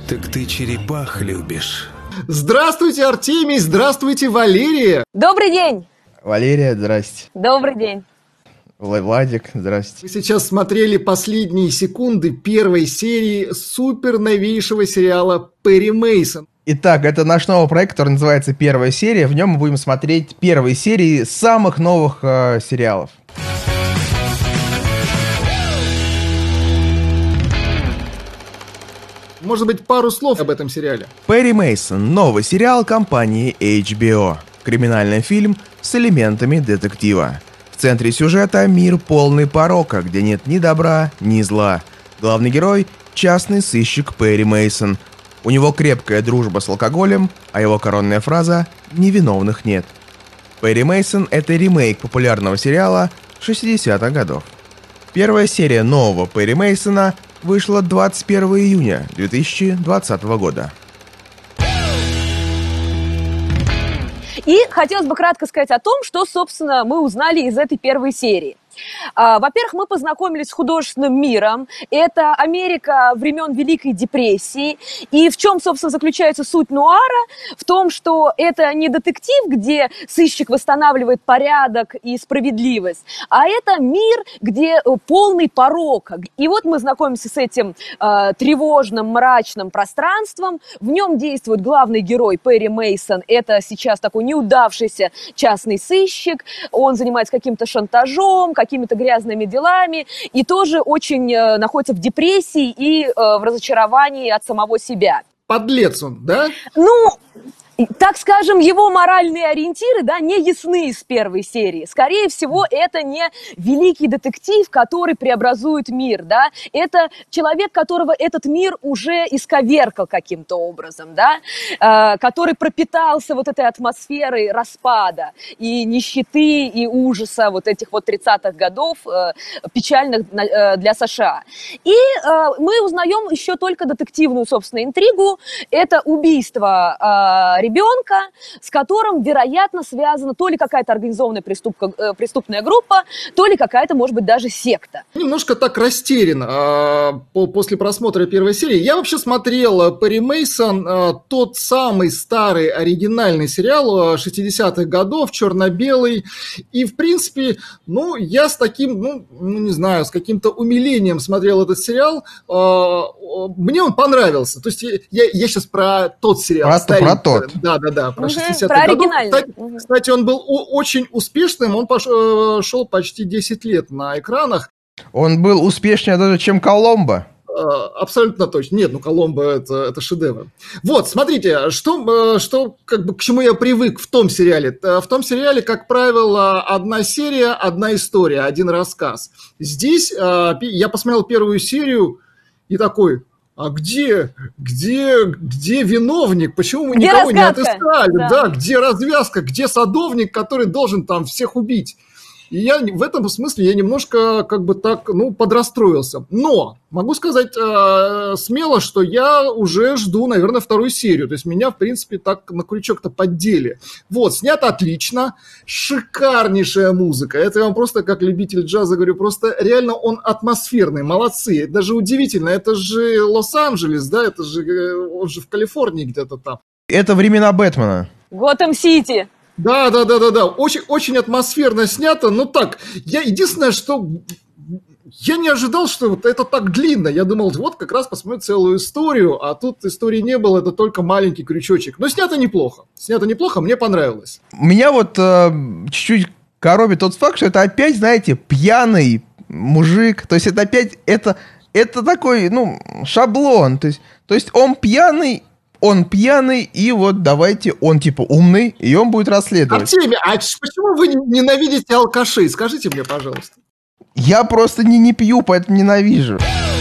Так ты черепах любишь. Здравствуйте, Артемий, здравствуйте, Валерия. Добрый день. Валерия, здрасте. Добрый день. Владик, здрасте. Мы сейчас смотрели последние секунды первой серии супер новейшего сериала «Перри Мейсон». Итак, это наш новый проект, который называется «Первая серия». В нем мы будем смотреть первые серии самых новых сериалов. Может быть, пару слов об этом сериале? «Перри Мейсон» — новый сериал компании HBO. Криминальный фильм с элементами детектива. В центре сюжета мир полный порока, где нет ни добра, ни зла. Главный герой — частный сыщик Перри Мейсон. У него крепкая дружба с алкоголем, а его коронная фраза «невиновных нет». «Перри Мейсон» — это ремейк популярного сериала 60-х годов. Первая серия нового Перри Мейсона вышла 21 июня 2020 года. И хотелось бы кратко сказать о том, что, собственно, мы узнали из этой первой серии. Во-первых, мы познакомились с художественным миром. Это Америка времен Великой депрессии. И в чем, собственно, заключается суть нуара? В том, что это не детектив, где сыщик восстанавливает порядок и справедливость, а это мир, где полный порока. И вот мы знакомимся с этим тревожным, мрачным пространством. В нем действует главный герой Перри Мейсон. Это сейчас такой неудавшийся частный сыщик. Он занимается каким-то шантажом, какими-то грязными делами, и тоже очень находится в депрессии и в разочаровании от самого себя. Подлец он, да? Ну, так скажем, его моральные ориентиры, да, не ясны из первой серии. Скорее всего, это не великий детектив, который преобразует мир, да. Это человек, которого этот мир уже исковеркал каким-то образом, да, который пропитался вот этой атмосферой распада и нищеты, и ужаса вот этих вот 30-х годов, печальных для США. И мы узнаем еще только детективную, собственно, интригу. Это убийство ребенка, с которым, вероятно, связана то ли какая-то организованная преступная группа, то ли какая-то, может быть, даже секта. Немножко так растерян после просмотра первой серии. Я вообще смотрел «Перри Мейсон», тот самый старый оригинальный сериал 60-х годов, черно-белый. И, в принципе, я с таким, не знаю, с каким-то умилением смотрел этот сериал. Мне он понравился. То есть я сейчас про тот сериал. Про тот. Да, про 60-х про годов. оригинальный. Кстати, он был очень успешным, он шел почти 10 лет на экранах. Он был успешнее даже, чем «Коломбо». Абсолютно точно. Нет, «Коломбо» это шедевр. Вот, смотрите, что к чему я привык в том сериале. В том сериале, как правило, одна серия, одна история, один рассказ. Здесь я посмотрел первую серию и такой... А где виновник? Почему мы никого не отыскали? Да, где развязка? Где садовник, который должен там всех убить? И я в этом смысле я немножко подрастроился. Но могу сказать смело, что я уже жду, наверное, вторую серию. То есть меня, в принципе, так на крючок-то поддели. Вот, снято отлично. Шикарнейшая музыка. Это я вам просто, как любитель джаза, говорю, просто реально он атмосферный. Молодцы. Это даже удивительно. Это же Лос-Анджелес, да? Он же в Калифорнии где-то там. Это времена Бэтмена. Готэм-Сити. Да. Очень, очень атмосферно снято. Единственное, что я не ожидал, что вот это так длинно. Я думал, вот как раз посмотрю целую историю, а тут истории не было, это только маленький крючочек. Но снято неплохо. Мне понравилось. Меня вот чуть-чуть коробит тот факт, что это опять, знаете, пьяный мужик. То есть это опять, это такой, шаблон. То есть он пьяный, и вот давайте, он типа умный, и он будет расследовать. Артемий, а почему вы ненавидите алкашей? Скажите мне, пожалуйста. Я просто не пью, поэтому ненавижу.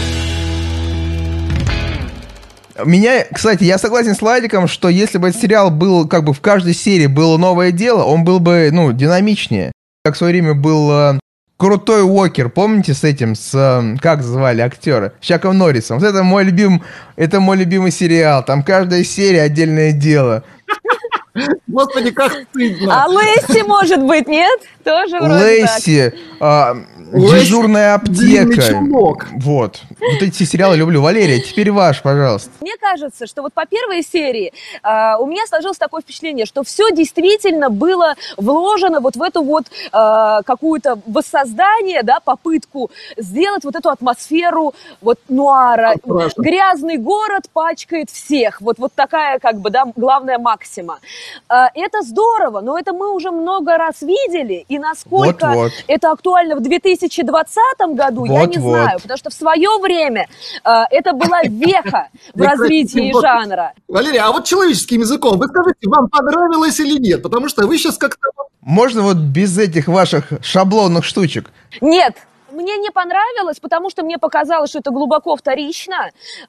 Кстати, я согласен с Владиком, что если бы этот сериал был, как бы в каждой серии было новое дело, он был бы, динамичнее. Как в свое время был Крутой Уокер, помните, как звали актера? С Чаком Норрисом. Вот это мой любимый сериал. Там каждая серия отдельное дело. Господи, как стыдно. А Лесси, может быть, нет? Тоже вроде так. Лесси, дежурная аптека. Вот эти сериалы люблю. Валерия, теперь ваш, пожалуйста. Мне кажется, что вот по первой серии у меня сложилось такое впечатление, что все действительно было вложено вот в эту вот какую-то воссоздание, да, попытку сделать вот эту атмосферу вот нуара. Грязный город пачкает всех. Вот такая как бы, да, главная максима. Это здорово, но это мы уже много раз видели, и насколько это актуально в 2020 году, я не знаю, потому что в свое время это была веха в развитии жанра. Валерия, а вот человеческим языком, вы скажите, вам понравилось или нет? Потому что вы сейчас как-то... Можно вот без этих ваших шаблонных штучек? Нет. Мне не понравилось, потому что мне показалось, что это глубоко вторично,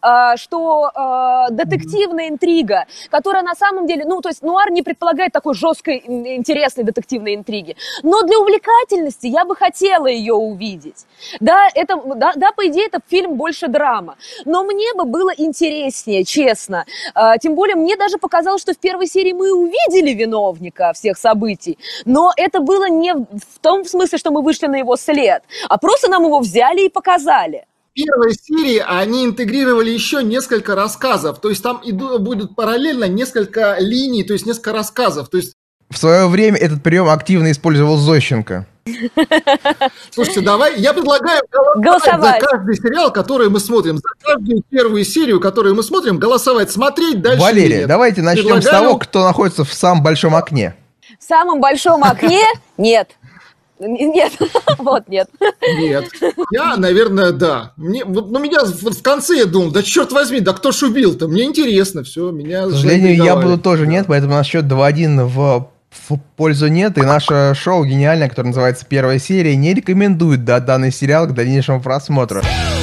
что детективная интрига, которая на самом деле, ну, то есть нуар не предполагает такой жесткой, интересной детективной интриги, но для увлекательности я бы хотела ее увидеть. Да, по идее, это фильм больше драма, но мне бы было интереснее, честно. Тем более, мне даже показалось, что в первой серии мы увидели виновника всех событий, но это было не в том смысле, что мы вышли на его след, а просто нам его взяли и показали. В первой серии они интегрировали еще несколько рассказов. То есть там будет параллельно несколько линий, то есть несколько рассказов. То есть... В свое время этот прием активно использовал Зощенко. Слушайте, давай, я предлагаю голосовать за каждый сериал, который мы смотрим, за каждую первую серию, которую мы смотрим, голосовать, смотреть дальше. Валерия, давайте начнем с того, кто находится в самом большом окне. В самом большом окне? Нет. Нет, вот нет. Нет. Я, наверное, да. Меня в конце я думал, да черт возьми, да кто ж убил-то? Мне интересно, все, меня... К сожалению, я буду тоже нет, поэтому у нас счет 2-1 в пользу нет, и наше шоу гениальное, которое называется «Первая серия», не рекомендует данный сериал к дальнейшему просмотру.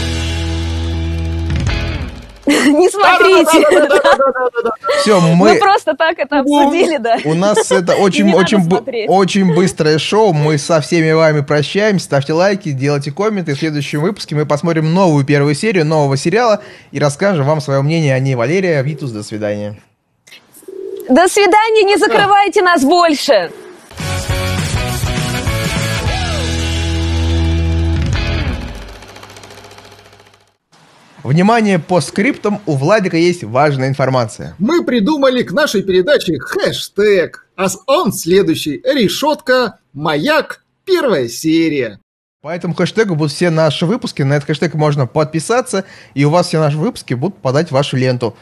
Не смотрите. Все, мы просто так это обсудили, да. У нас это очень быстрое шоу. Мы со всеми вами прощаемся. Ставьте лайки, делайте комменты. В следующем выпуске мы посмотрим новую первую серию нового сериала и расскажем вам свое мнение о ней. Валерия, Витус, до свидания. До свидания, не закрывайте нас больше. Внимание, по скриптам у Владика есть важная информация. Мы придумали к нашей передаче хэштег, а он следующий: решетка, маяк, первая серия. По этому хэштегу будут все наши выпуски. На этот хэштег можно подписаться, и у вас все наши выпуски будут попадать в вашу ленту.